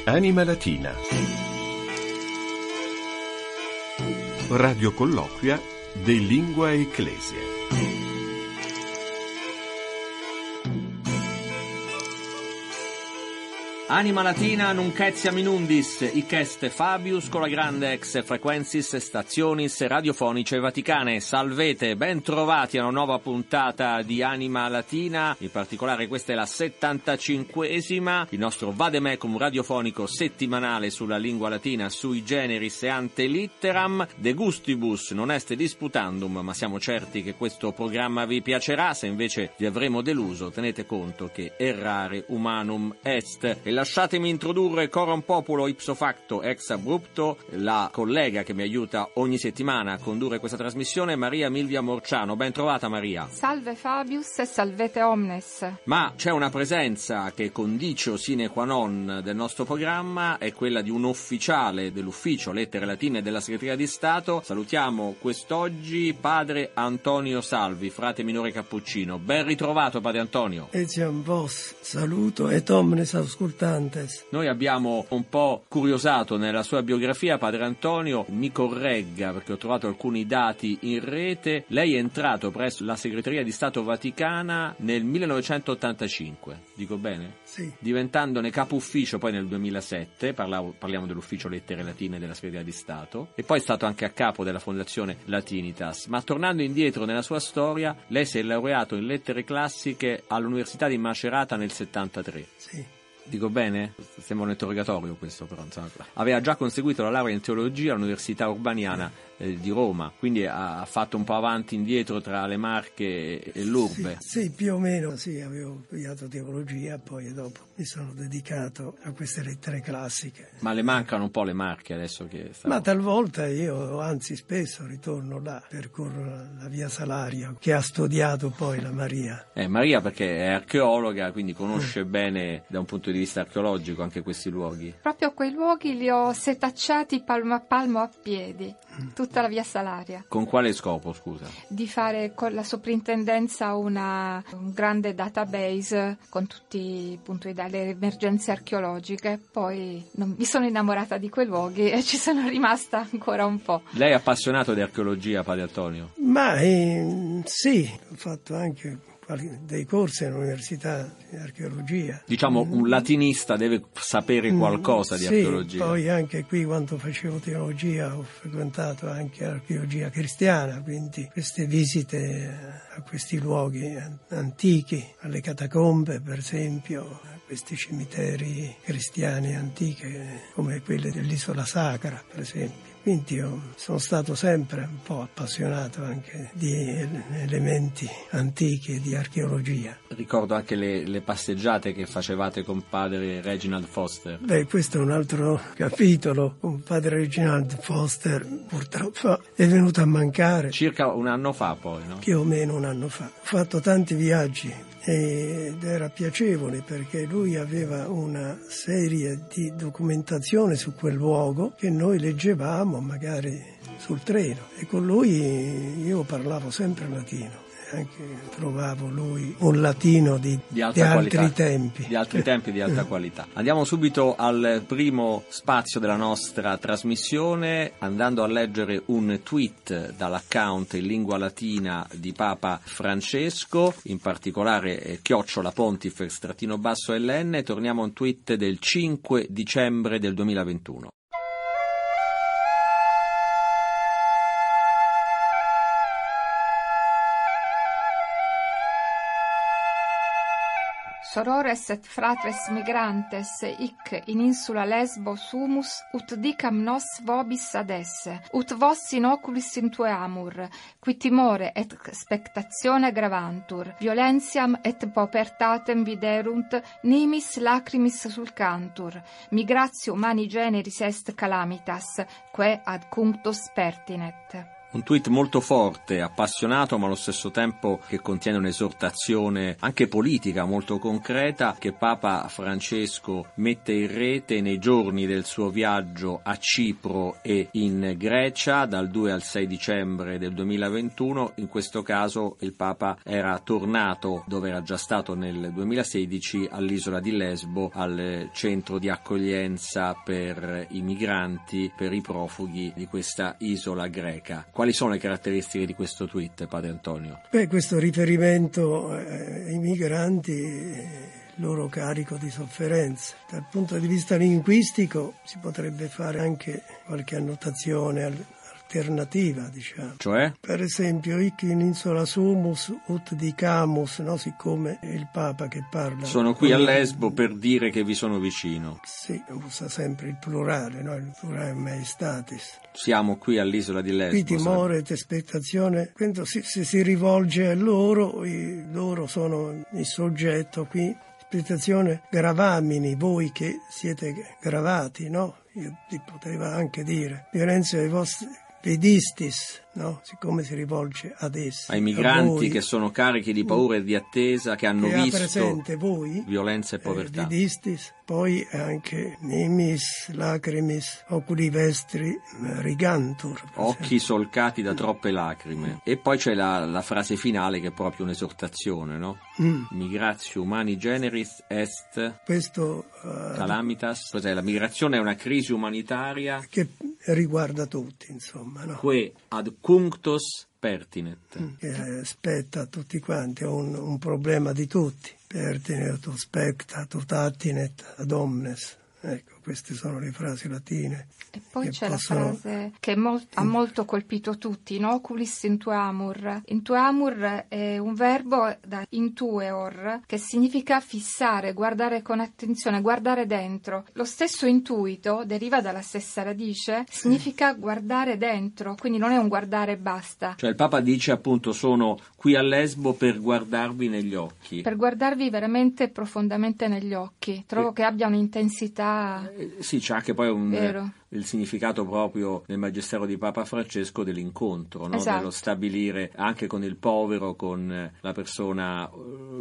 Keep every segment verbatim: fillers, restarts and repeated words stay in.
Anima Latina. Radio colloquia de Lingua Ecclesia. Anima Latina nunc etiam in undis, hic est Fabius con la grande ex frequensis stationis radiofonice vaticane. Salvete, ben trovati a una nuova puntata di Anima Latina, in particolare questa è la settantacinquesima, il nostro vademecum radiofonico settimanale sulla lingua latina, sui generis e ante litteram, de gustibus non est disputandum, ma siamo certi che questo programma vi piacerà. Se invece vi avremo deluso, tenete conto che errare humanum est. E lasciatemi introdurre coram populo ipso facto ex abrupto la collega che mi aiuta ogni settimana a condurre questa trasmissione, Maria Milvia Morciano. Ben trovata, Maria. Salve Fabius e salvete omnes. Ma c'è una presenza che condicio sine qua non del nostro programma, è quella di un ufficiale dell'ufficio Lettere Latine della Segreteria di Stato. Salutiamo quest'oggi padre Antonio Salvi, frate minore cappuccino. Ben ritrovato, padre Antonio. Etiam vos saluto et omnes auscultantes. Noi abbiamo un po' curiosato nella sua biografia, padre Antonio, mi corregga perché ho trovato alcuni dati in rete. Lei è entrato presso la Segreteria di Stato Vaticana nel millenovecentottantacinque, dico bene? Sì. Diventandone capo ufficio poi nel duemilasette, parlavo, parliamo dell'ufficio Lettere Latine della Segreteria di Stato, e poi è stato anche a capo della Fondazione Latinitas. Ma tornando indietro nella sua storia, lei si è laureato in lettere classiche all'Università di Macerata nel settantatré. Sì. Dico bene? Sembra un interrogatorio questo, però insomma. Aveva già conseguito la laurea in teologia all'Università Urbaniana eh, di Roma, quindi ha fatto un po' avanti e indietro tra le Marche e l'Urbe. Sì, sì, più o meno sì, avevo studiato teologia, poi dopo mi sono dedicato a queste lettere classiche. Ma le mancano un po' le Marche adesso che stavo... Ma talvolta io, anzi spesso, ritorno là, percorro la via Salaria, che ha studiato poi la Maria. Eh, Maria perché è archeologa, quindi conosce mm. bene da un punto di vista archeologico anche questi luoghi. Proprio quei luoghi li ho setacciati palmo a palmo a piedi, tutta la via Salaria. Con quale scopo, scusa? Di fare con la soprintendenza una, un grande database con tutti appunto le emergenze archeologiche. Poi non, mi sono innamorata di quei luoghi e ci sono rimasta ancora un po'. Lei è appassionato di archeologia, padre Antonio? Ma eh, sì, ho fatto anche dei corsi all'università di archeologia. Diciamo un latinista deve sapere qualcosa di sì, archeologia. Poi anche qui quando facevo teologia ho frequentato anche archeologia cristiana, quindi queste visite a questi luoghi antichi, alle catacombe per esempio, a questi cimiteri cristiani antichi come quelli dell'Isola Sacra per esempio. Quindi io sono stato sempre un po' appassionato anche di elementi antichi e di archeologia. Ricordo anche le, le passeggiate che facevate con padre Reginald Foster. Beh, questo è un altro capitolo. Con padre Reginald Foster purtroppo è venuto a mancare. Circa un anno fa poi, no? Più o meno un anno fa. Ho fatto tanti viaggi ed era piacevole perché lui aveva una serie di documentazione su quel luogo che noi leggevamo magari sul treno e con lui io parlavo sempre latino. Anche trovavo lui un latino di, di, di altri qualità, tempi. Di altri tempi, di alta qualità. Andiamo subito al primo spazio della nostra trasmissione, andando a leggere un tweet dall'account in lingua latina di Papa Francesco, in particolare eh, chiocciola pontifex trattino basso ln. Torniamo a un tweet del cinque dicembre del duemilaventuno. Sorores et fratres migrantes, hic in insula Lesbo sumus, ut dicam nos vobis ad esse, ut vos in oculis intueamur, qui timore et spectatione gravantur, violentiam et paupertatem viderunt, nimis lacrimis sulcantur, migratio humani generis est calamitas, quae ad cunctus pertinet. Un tweet molto forte, appassionato, ma allo stesso tempo che contiene un'esortazione anche politica molto concreta che Papa Francesco mette in rete nei giorni del suo viaggio a Cipro e in Grecia dal due al sei dicembre del duemilaventuno. In questo caso il Papa era tornato dove era già stato nel duemilasedici, all'isola di Lesbo, al centro di accoglienza per i migranti, per i profughi di questa isola greca. Quali sono le caratteristiche di questo tweet, Padre Antonio? Beh, questo riferimento ai migranti, il loro carico di sofferenza. Dal punto di vista linguistico si potrebbe fare anche qualche annotazione alternativa, diciamo. Cioè? Per esempio, hic in insula sumus ut dicamus, no? Siccome è il Papa che parla. Sono qui a Lesbo per dire che vi sono vicino. Sì, usa sempre il plurale, no? Il plurale maestatis. Siamo qui all'isola di Lesbo. Qui timore ed espettazione, quando si, si, si rivolge a loro, i, loro sono il soggetto qui. Aspettazione gravamini, voi che siete gravati, no? Io ti poteva anche dire, violenza ai vostri pedistis, no? Siccome si rivolge ad essi. Ai migranti che sono carichi di paura e di attesa, che hanno che visto ha presente voi, violenza e povertà. Eh, pedistis, poi anche nemis, lacrimis, oculi vestri rigantur. Occhi solcati da troppe lacrime. E poi c'è la, la frase finale che è proprio un'esortazione, no? Mm. Migratio humani generis est Questo, uh, calamitas. Cos'è? La migrazione è una crisi umanitaria che riguarda tutti, insomma, no? Que ad cunctos pertinet. Che spetta a tutti quanti, è un, un problema di tutti. Pertinet, ut specta, ut attinet ad omnes. Ecco, queste sono le frasi latine. E poi c'è possono... la frase che molt- ha molto colpito tutti, in oculis intuamur. Intuamur è un verbo da intueor, che significa fissare, guardare con attenzione, guardare dentro. Lo stesso intuito deriva dalla stessa radice, significa guardare dentro, quindi non è un guardare e basta. Cioè il Papa dice appunto sono qui a Lesbo per guardarvi negli occhi. Per guardarvi veramente profondamente negli occhi. Trovo eh. che abbia un'intensità... Eh, sì, c'è anche poi un... Vero. il significato proprio nel Magistero di Papa Francesco dell'incontro, no? Esatto. Dello stabilire anche con il povero, con la persona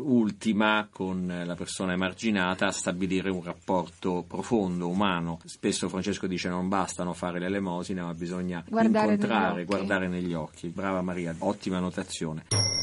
ultima, con la persona emarginata, stabilire un rapporto profondo, umano. Spesso Francesco dice non bastano fare l'elemosina, ma bisogna guardare incontrare, negli guardare negli occhi. Brava Maria, ottima notazione.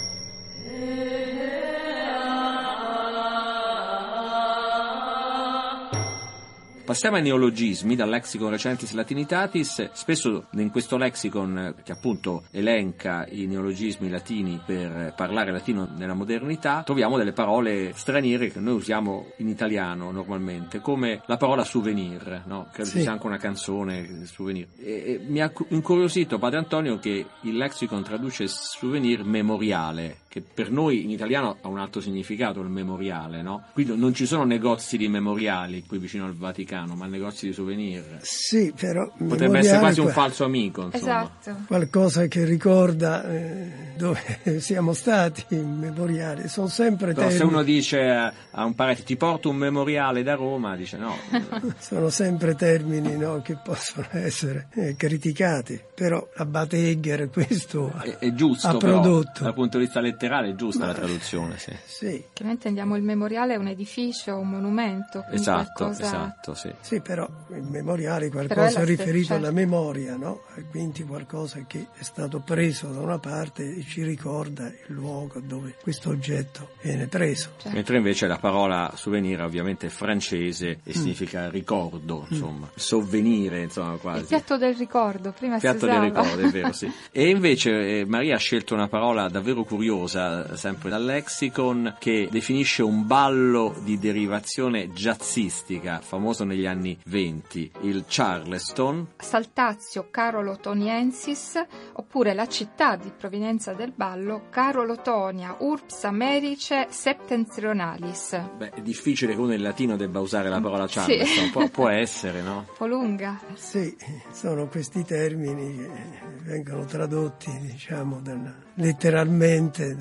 Passiamo ai neologismi, dal Lexicon Recentis Latinitatis. Spesso in questo lexicon, che appunto elenca i neologismi latini per parlare latino nella modernità, troviamo delle parole straniere che noi usiamo in italiano normalmente, come la parola souvenir, no? Credo sì. ci sia anche una canzone, souvenir. E, e, mi ha incuriosito, Padre Antonio, che il lexicon traduce souvenir memoriale, che per noi in italiano ha un altro significato, il memoriale, no? Quindi non ci sono negozi di memoriali qui vicino al Vaticano, ma negozi di souvenir. Sì, però potrebbe essere quasi un falso amico, insomma. Esatto. Qualcosa che ricorda eh, dove siamo stati, in memoriale. Sono sempre Però termini. se uno dice a un parente ti porto un memoriale da Roma, dice no. Sono sempre termini, no, che possono essere eh, criticati, però Abate Egger questo è, è giusto, ha però, prodotto. dal punto di vista letterale è giusta Ma, la traduzione, sì. Sì. Che noi intendiamo il memoriale è un edificio, un monumento. Esatto, qualcosa... esatto, sì. Sì, però il memoriale è Però è qualcosa la riferito stessa. alla memoria, no? E quindi qualcosa che è stato preso da una parte e ci ricorda il luogo dove questo oggetto viene preso. Cioè. Mentre invece la parola souvenir ovviamente è francese e mm. significa ricordo, insomma, mm. sovvenire, insomma, quasi. Il piatto del ricordo, prima piatto si usava. del ricordo, è vero, sì. E invece eh, Maria ha scelto una parola davvero curiosa, sempre dal lexicon, che definisce un ballo di derivazione jazzistica, famoso negli anni venti, il Charleston. Saltazio Carolotoniensis, oppure la città di provenienza del ballo, Carolotonia, Urbs Americe Septentrionalis. Beh, è difficile che uno in latino debba usare la parola Charleston, sì. può, può essere, no? Un po' lunga. Sì, sono questi termini che vengono tradotti, diciamo, dal, letteralmente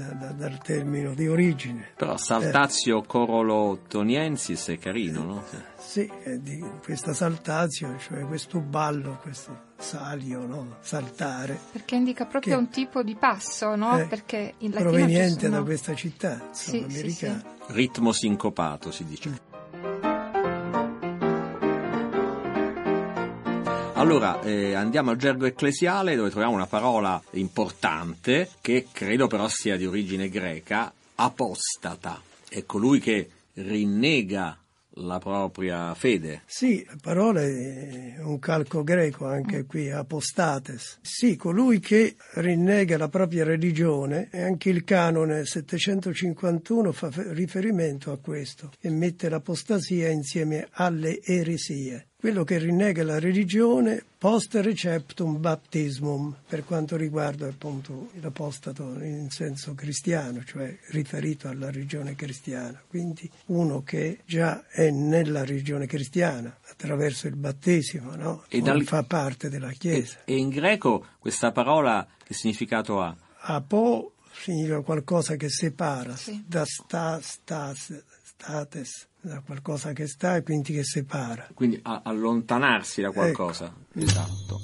da, da, dal termine di origine. Però saltatio eh. corolotoniensis è carino, no? Sì, è di questa saltatio, cioè questo ballo, questo salio, no? Saltare. Perché indica proprio che, un tipo di passo, no? Eh, Perché in latino proveniente sono... da questa città, insomma, sì, americana. sì, sì. Ritmo sincopato, si dice. Allora, eh, andiamo al gergo ecclesiale, dove troviamo una parola importante, che credo però sia di origine greca, apostata. È colui che rinnega la propria fede. Sì, la parola è un calco greco anche qui, apostates. Sì, colui che rinnega la propria religione, e anche il canone settecentocinquantuno fa riferimento a questo e mette l'apostasia insieme alle eresie. Quello che rinnega la religione post receptum baptismum, per quanto riguarda appunto l'apostato in senso cristiano, cioè riferito alla religione cristiana. Quindi uno che già è nella religione cristiana attraverso il battesimo, no? E dal... fa parte della Chiesa. E, e in greco questa parola che significato ha? Apo significa qualcosa che separa, sì. da sta, stas, states, da qualcosa che sta e quindi che separa. Quindi a- allontanarsi da qualcosa. Ecco. Esatto.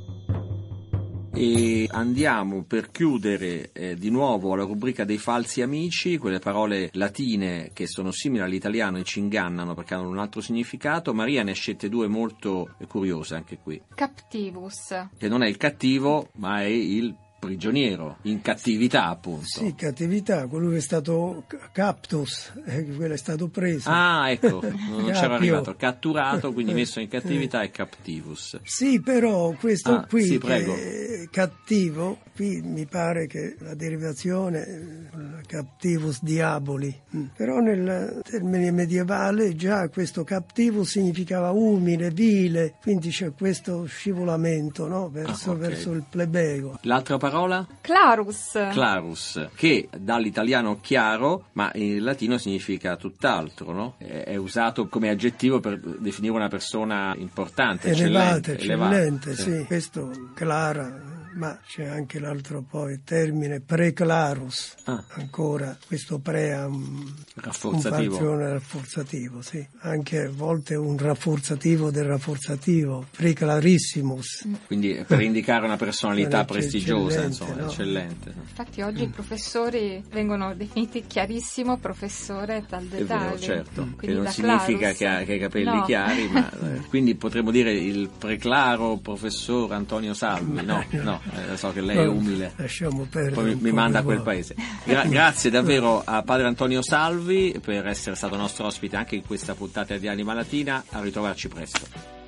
E andiamo per chiudere eh, di nuovo alla rubrica dei falsi amici, quelle parole latine che sono simili all'italiano e ci ingannano perché hanno un altro significato. Maria ne ha scelte due molto curiose anche qui. Captivus. Che non è il cattivo, ma è il prigioniero, in cattività appunto. Sì, cattività, quello che è stato captus, eh, quello è stato preso. Ah, ecco, non c'era Capio. arrivato, catturato, quindi messo in cattività è captivus. Sì, però questo Ah, qui sì, che è cattivo, qui mi pare che la derivazione eh, captivus diaboli, mm. però nel termine medievale già questo captivus significava umile, vile, quindi c'è questo scivolamento, no? verso, Ah, okay. verso il plebeo. L'altra parola? Clarus. Clarus, che dall'italiano chiaro, ma in latino significa tutt'altro, no? È, è usato come aggettivo per definire una persona importante, Elevata, eccellente. eccellente, elevata, sì. Questo clara, ma c'è anche l'altro poi termine preclarus, Ah. ancora questo pre ha un Rafforzativo. un rafforzativo, sì. Anche a volte un rafforzativo del rafforzativo, preclarissimus. Quindi per indicare una personalità Eccellente, prestigiosa, insomma, no? eccellente. Infatti oggi i professori vengono definiti chiarissimo professore tal È dettagli. vero, certo, Quindi che non da significa Clarus. che ha, che ha i capelli No. chiari, ma eh, quindi potremmo dire il preclaro professor Antonio Salvi, no, no, eh, so che lei è umile. Lasciamo perdere. Poi mi, un mi po' manda a di quel nuovo. paese. Gra- grazie davvero a padre Antonio Salvi per essere stato nostro ospite anche in questa puntata di Anima Latina. A ritrovarci presto.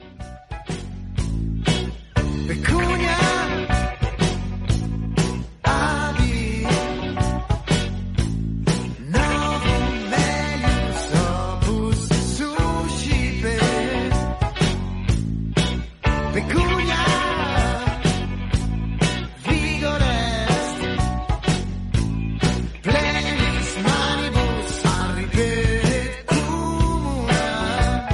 Pecunia Adi Novum Melius Opus Suscipe Pecunia Vigor est Plenis manibus arribet comuna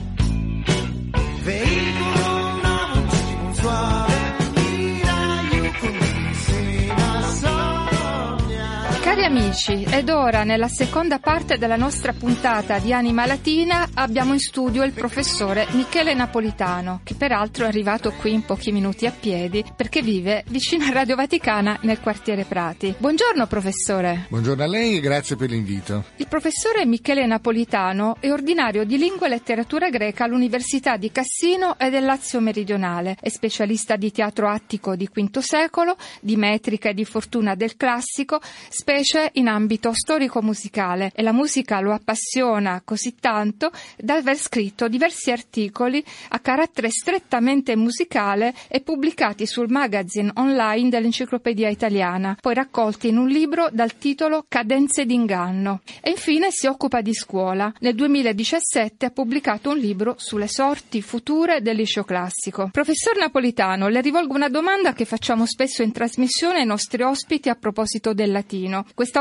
Veiculum novum civum suave mira iucundissima somnia. Cari amici, ed ora nella seconda parte della nostra puntata di Anima Latina abbiamo in studio il professore Michele Napolitano, che peraltro è arrivato qui in pochi minuti a piedi perché vive vicino a Radio Vaticana nel quartiere Prati. Buongiorno professore. Buongiorno a lei e grazie per l'invito. Il professore Michele Napolitano è ordinario di lingua e letteratura greca all'Università di Cassino e del Lazio Meridionale. È specialista di teatro attico di quinto secolo, di metrica e di fortuna del classico, specie in ambito storico-musicale, e la musica lo appassiona così tanto da aver scritto diversi articoli a carattere strettamente musicale e pubblicati sul magazine online dell'Enciclopedia Italiana, poi raccolti in un libro dal titolo Cadenze d'inganno. E infine si occupa di scuola. Nel duemiladiciassette ha pubblicato un libro sulle sorti future del liceo classico. Professor Napolitano, le rivolgo una domanda che facciamo spesso in trasmissione ai nostri ospiti a proposito del latino. Questa volta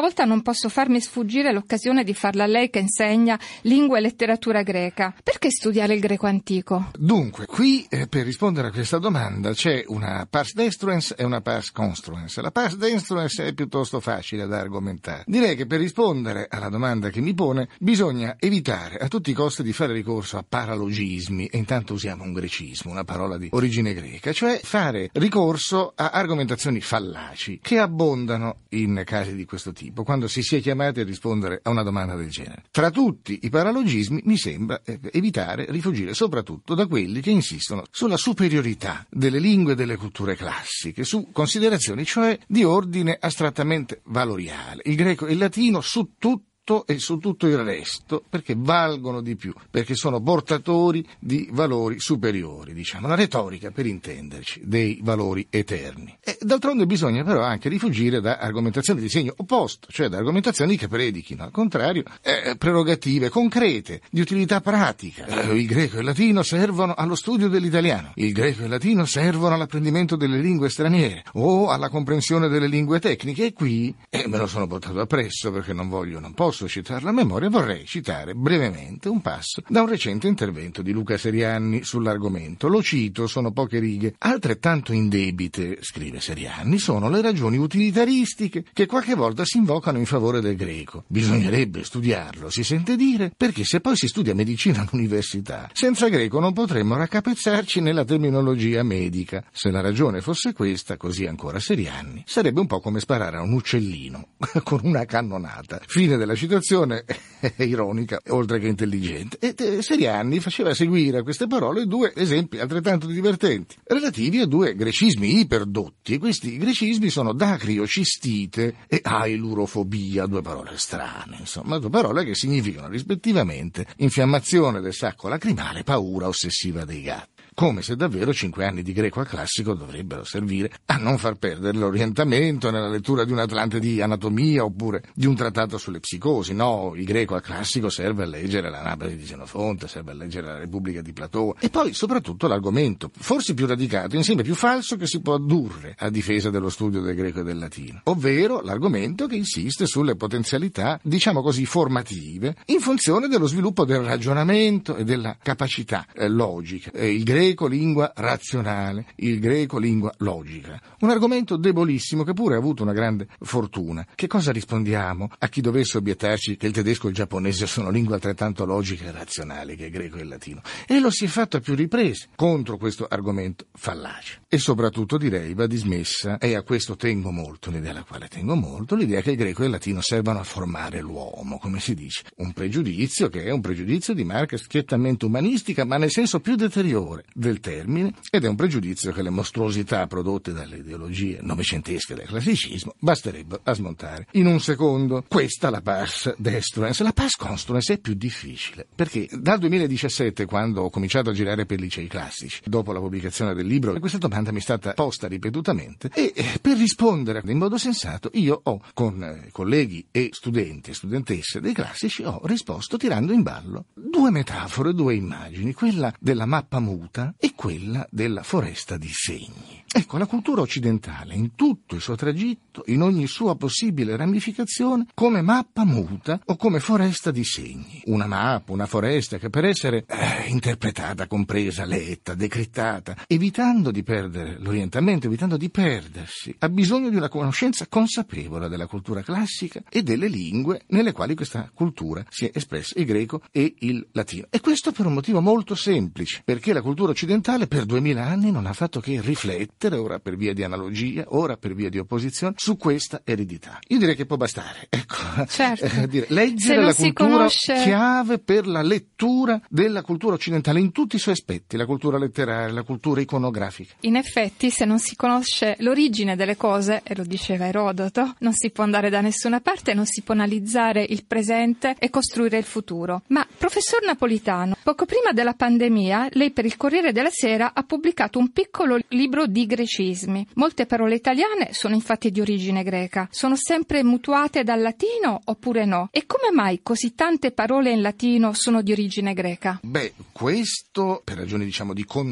volta non posso farmi sfuggire l'occasione di farla a lei che insegna lingua e letteratura greca. Perché studiare il greco antico? Dunque, qui eh, per rispondere a questa domanda c'è una pars destruens e una pars construens. La pars destruens è piuttosto facile da argomentare. Direi che per rispondere alla domanda che mi pone bisogna evitare a tutti i costi di fare ricorso a paralogismi, e intanto usiamo un grecismo, una parola di origine greca, cioè fare ricorso a argomentazioni fallaci che abbondano in casi di questo tipo, quando si sia chiamati a rispondere a una domanda del genere. Tra tutti i paralogismi mi sembra eh, evitare, rifugire soprattutto da quelli che insistono sulla superiorità delle lingue e delle culture classiche, su considerazioni cioè di ordine astrattamente valoriale. Il greco e il latino su tutto e su tutto il resto, perché valgono di più, perché sono portatori di valori superiori, diciamo, la retorica, per intenderci, dei valori eterni. E d'altronde bisogna però anche rifugire da argomentazioni di segno opposto, cioè da argomentazioni che predichino, al contrario, eh, prerogative concrete, di utilità pratica. Eh, il greco e il latino servono allo studio dell'italiano, il greco e il latino servono all'apprendimento delle lingue straniere o alla comprensione delle lingue tecniche, e qui eh, me lo sono portato appresso perché non voglio, non posso citarlo a memoria. Vorrei citare brevemente un passo da un recente intervento di Luca Serianni sull'argomento. Lo cito, sono poche righe. Altrettanto indebite, scrive Serianni, sono le ragioni utilitaristiche che qualche volta si invocano in favore del greco. Bisognerebbe studiarlo, si sente dire, perché se poi si studia medicina all'università, senza greco non potremmo raccapezzarci nella terminologia medica. Se la ragione fosse questa, così ancora Serianni, sarebbe un po' come sparare a un uccellino con una cannonata. Fine della citazione è ironica, oltre che intelligente. E Serianni faceva seguire a queste parole due esempi altrettanto divertenti, relativi a due grecismi iperdotti, e questi grecismi sono dacriocistite e ailurofobia, due parole strane, insomma, due parole che significano rispettivamente infiammazione del sacco lacrimale, paura ossessiva dei gatti. Come se davvero cinque anni di greco al classico dovrebbero servire a non far perdere l'orientamento nella lettura di un Atlante di anatomia oppure di un trattato sulle psicosi. No, il greco al classico serve a leggere l'Anabasi di Genofonte, serve a leggere la Repubblica di Platone. E poi soprattutto l'argomento, forse più radicato, insieme più falso che si può addurre a difesa dello studio del greco e del latino, ovvero l'argomento che insiste sulle potenzialità, diciamo così, formative, in funzione dello sviluppo del ragionamento e della capacità eh, logica. Eh, il greco lingua razionale, il greco lingua logica. Un argomento debolissimo che pure ha avuto una grande fortuna. Che cosa rispondiamo a chi dovesse obiettarci che il tedesco e il giapponese sono lingue altrettanto logiche e razionali che il greco e il latino? E lo si è fatto a più riprese contro questo argomento fallace. E soprattutto, direi, va dismessa, e a questo tengo molto, un'idea alla quale tengo molto, l'idea che il greco e il latino servano a formare l'uomo, come si dice. Un pregiudizio che è un pregiudizio di marca schiettamente umanistica, ma nel senso più deteriore del termine, ed è un pregiudizio che le mostruosità prodotte dalle ideologie novecentesche del classicismo basterebbero a smontare in un secondo. Questa la pars destruens. La pars construens è più difficile, perché dal duemiladiciassette, quando ho cominciato a girare per licei classici, dopo la pubblicazione del libro, questa domanda mi è stata posta ripetutamente, e per rispondere in modo sensato io ho, con colleghi e studenti e studentesse dei classici, ho risposto tirando in ballo due metafore, due immagini, quella della mappa muta e quella della foresta di segni. Ecco, la cultura occidentale, in tutto il suo tragitto, in ogni sua possibile ramificazione, come mappa muta o come foresta di segni. Una mappa, una foresta che per essere eh, interpretata, compresa, letta, decrittata, evitando di perdere l'orientamento, evitando di perdersi, ha bisogno di una conoscenza consapevole della cultura classica e delle lingue nelle quali questa cultura si è espressa, il greco e il latino. E questo per un motivo molto semplice, perché la cultura occidentale per duemila anni non ha fatto che riflettere, ora per via di analogia, ora per via di opposizione, su questa eredità. Io direi che può bastare, ecco, certo. eh, dire, leggere la cultura conosce... chiave per la lettura della cultura occidentale in tutti i suoi aspetti, la cultura letteraria, la cultura iconografica. In effetti, se non si conosce l'origine delle cose, e lo diceva Erodoto, non si può andare da nessuna parte, non si può analizzare il presente e costruire il futuro. Ma, professor Napolitano, poco prima della pandemia, lei per il Corriere della Sera ha pubblicato un piccolo libro di grecismi. Molte parole italiane sono infatti di origine greca. Sono sempre mutuate dal latino oppure no? E come mai così tante parole in latino sono di origine greca? Beh, questo per ragioni diciamo di contatto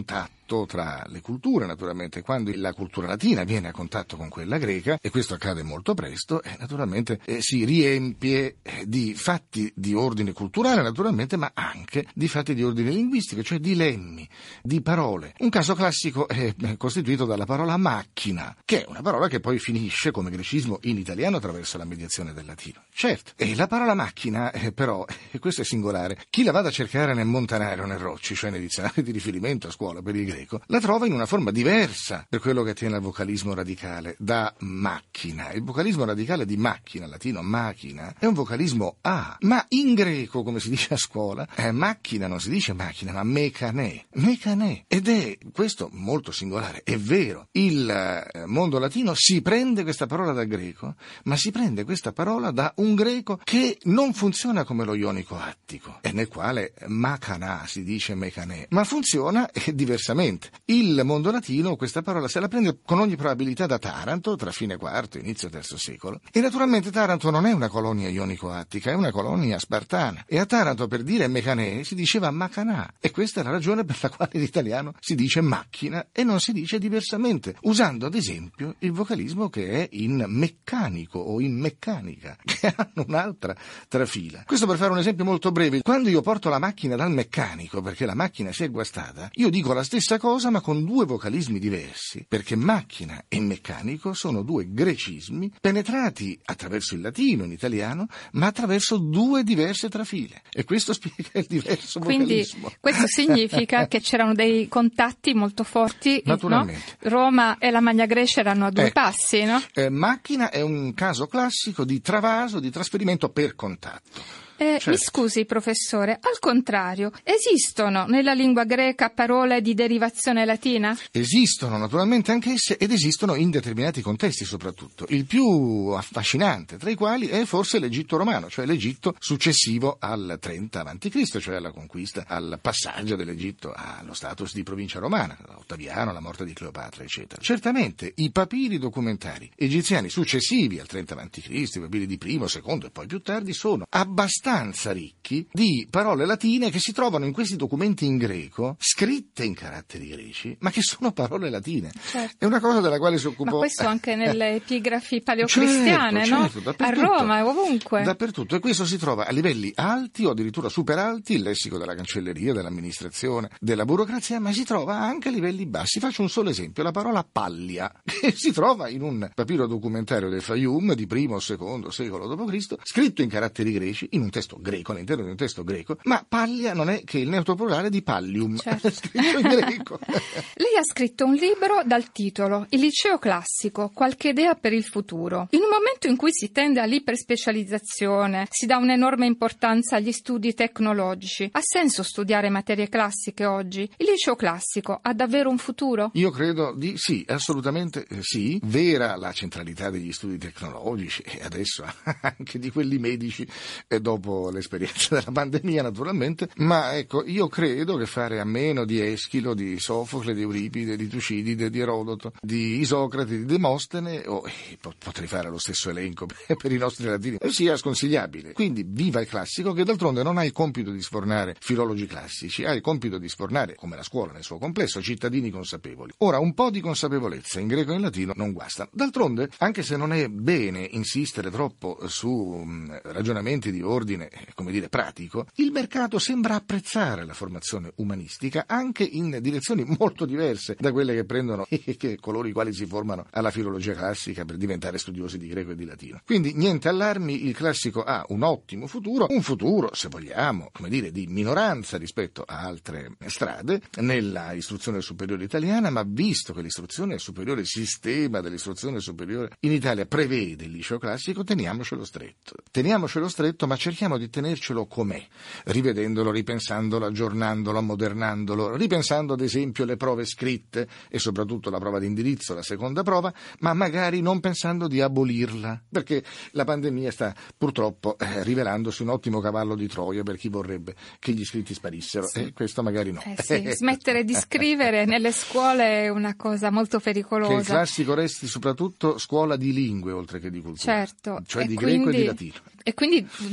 contatto tra le culture, naturalmente, quando la cultura latina viene a contatto con quella greca, e questo accade molto presto, e naturalmente eh, si riempie eh, di fatti di ordine culturale, naturalmente, ma anche di fatti di ordine linguistico, cioè di lemmi, di parole. Un caso classico è costituito dalla parola macchina, che è una parola che poi finisce come grecismo in italiano attraverso la mediazione del latino. Certo, e la parola macchina, eh, però, e questo è singolare, chi la vada a cercare nel Montanari o nel Rocci, cioè nei dizionari di riferimento a scuola per il greco, la trova in una forma diversa per quello che attiene al vocalismo radicale, da macchina. Il vocalismo radicale di macchina, latino macchina, è un vocalismo A, ma in greco, come si dice a scuola, eh, macchina non si dice macchina, ma mecanè, mecanè, ed è questo molto singolare. È vero, il eh, mondo latino si prende questa parola dal greco, ma si prende questa parola da un greco che non funziona come lo ionico attico, e nel quale macanà si dice mecanè, ma funziona eh, diversamente. Il mondo latino questa parola se la prende con ogni probabilità da Taranto, tra fine quarto e inizio terzo secolo, e naturalmente Taranto non è una colonia ionico-attica, è una colonia spartana, e a Taranto per dire mecanè si diceva macanà, e questa è la ragione per la quale in italiano si dice macchina e non si dice diversamente, usando ad esempio il vocalismo che è in meccanico o in meccanica, che hanno un'altra trafila. Questo per fare un esempio molto breve. Quando io porto la macchina dal meccanico perché la macchina si è guastata, io dico la stessa cosa ma con due vocalismi diversi, perché macchina e meccanico sono due grecismi penetrati attraverso il latino in italiano, ma attraverso due diverse trafile, e questo spiega il diverso Quindi vocalismo. questo significa che c'erano dei contatti molto forti, Naturalmente. No? Roma e la Magna Grecia erano a due Ecco, passi, no? Eh, macchina è un caso classico di travaso, di trasferimento per contatto. Eh, Certo. Mi scusi, professore, al contrario, esistono nella lingua greca parole di derivazione latina? Esistono naturalmente anch'esse, ed esistono in determinati contesti soprattutto. Il più affascinante tra i quali è forse l'Egitto romano, cioè l'Egitto successivo al trenta avanti Cristo, cioè alla conquista, al passaggio dell'Egitto allo status di provincia romana, Ottaviano, la morte di Cleopatra, eccetera. Certamente i papiri documentari egiziani successivi al trenta avanti Cristo, i papiri di primo, secondo e poi più tardi, sono abbastanza abbastanza ricchi di parole latine che si trovano in questi documenti in greco, scritte in caratteri greci, ma che sono parole latine. Certo. È una cosa della quale si occupò... Ma questo anche nelle epigrafi paleocristiane, certo, no? Certo, a Roma e ovunque. Dappertutto, e questo si trova a livelli alti o addirittura super alti, il lessico della cancelleria, dell'amministrazione, della burocrazia, ma si trova anche a livelli bassi. Faccio un solo esempio, la parola pallia, che si trova in un papiro documentario del Fayum di primo o secondo secolo dopo Cristo, scritto in caratteri greci, in un testo greco, all'interno di un testo greco, ma pallia non è che il neotroplurale di pallium, certo. scritto in greco. Lei ha scritto un libro dal titolo Il liceo classico, qualche idea per il futuro. In un momento in cui si tende all'iperspecializzazione, si dà un'enorme importanza agli studi tecnologici, ha senso studiare materie classiche oggi? Il liceo classico ha davvero un futuro? Io credo di sì, assolutamente sì. Vera la centralità degli studi tecnologici, e adesso anche di quelli medici, e dopo l'esperienza della pandemia naturalmente, ma ecco, io credo che fare a meno di Eschilo, di Sofocle, di Euripide, di Tucidide, di Erodoto, di Isocrate, di Demostene, o oh, eh, potrei fare lo stesso elenco per i nostri latini, sia sconsigliabile. Quindi viva il classico, che d'altronde non ha il compito di sfornare filologi classici, ha il compito di sfornare, come la scuola nel suo complesso, cittadini consapevoli. Ora, un po' di consapevolezza in greco e in latino non guasta. D'altronde, anche se non è bene insistere troppo su um, ragionamenti di ordine, come dire, pratico, il mercato sembra apprezzare la formazione umanistica anche in direzioni molto diverse da quelle che prendono che coloro i quali si formano alla filologia classica per diventare studiosi di greco e di latino. Quindi niente allarmi, il classico ha un ottimo futuro, un futuro, se vogliamo, come dire, di minoranza rispetto a altre strade nella istruzione superiore italiana, ma visto che l'istruzione superiore, il sistema dell'istruzione superiore in Italia prevede il liceo classico, teniamocelo stretto. Teniamocelo stretto, ma cerchiamo di tenercelo com'è, rivedendolo, ripensandolo, aggiornandolo, ammodernandolo, ripensando ad esempio le prove scritte e soprattutto la prova di indirizzo, la seconda prova, ma magari non pensando di abolirla, perché la pandemia sta purtroppo eh, rivelandosi un ottimo cavallo di Troia per chi vorrebbe che gli iscritti sparissero, sì. E questo magari no. Eh sì, smettere di scrivere nelle scuole è una cosa molto pericolosa. Che il classico resti soprattutto scuola di lingue oltre che di cultura, certo. cioè e di quindi, greco e di latino. E quindi lunga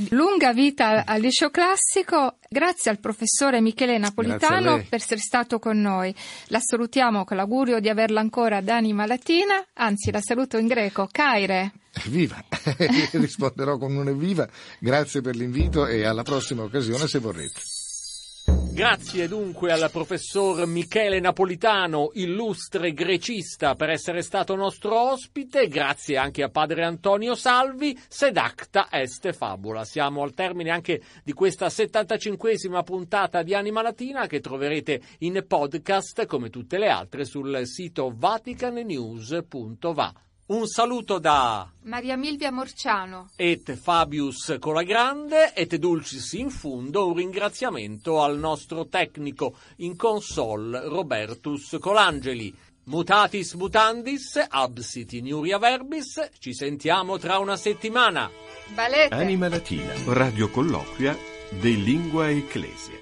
Lunga vita al liceo classico, grazie al professore Michele Napolitano lei. per essere stato con noi. La salutiamo con l'augurio di averla ancora ad anima latina, anzi la saluto in greco, Kaire. Viva! Risponderò con un evviva. Grazie per l'invito e alla prossima occasione se vorrete. Grazie dunque al professor Michele Napolitano, illustre grecista, per essere stato nostro ospite. Grazie anche a padre Antonio Salvi. Sed acta est fabula. Siamo al termine anche di questa settantacinquesima puntata di Anima Latina, che troverete in podcast come tutte le altre sul sito vaticanenews punto va. Un saluto da Maria Milvia Morciano et Fabius Colagrande et Dulcis in fundo. Un ringraziamento al nostro tecnico in console Robertus Colangeli. Mutatis mutandis, absit in iuria verbis. Ci sentiamo tra una settimana. Valete. Anima Latina, radio colloquia de Lingua Ecclesia.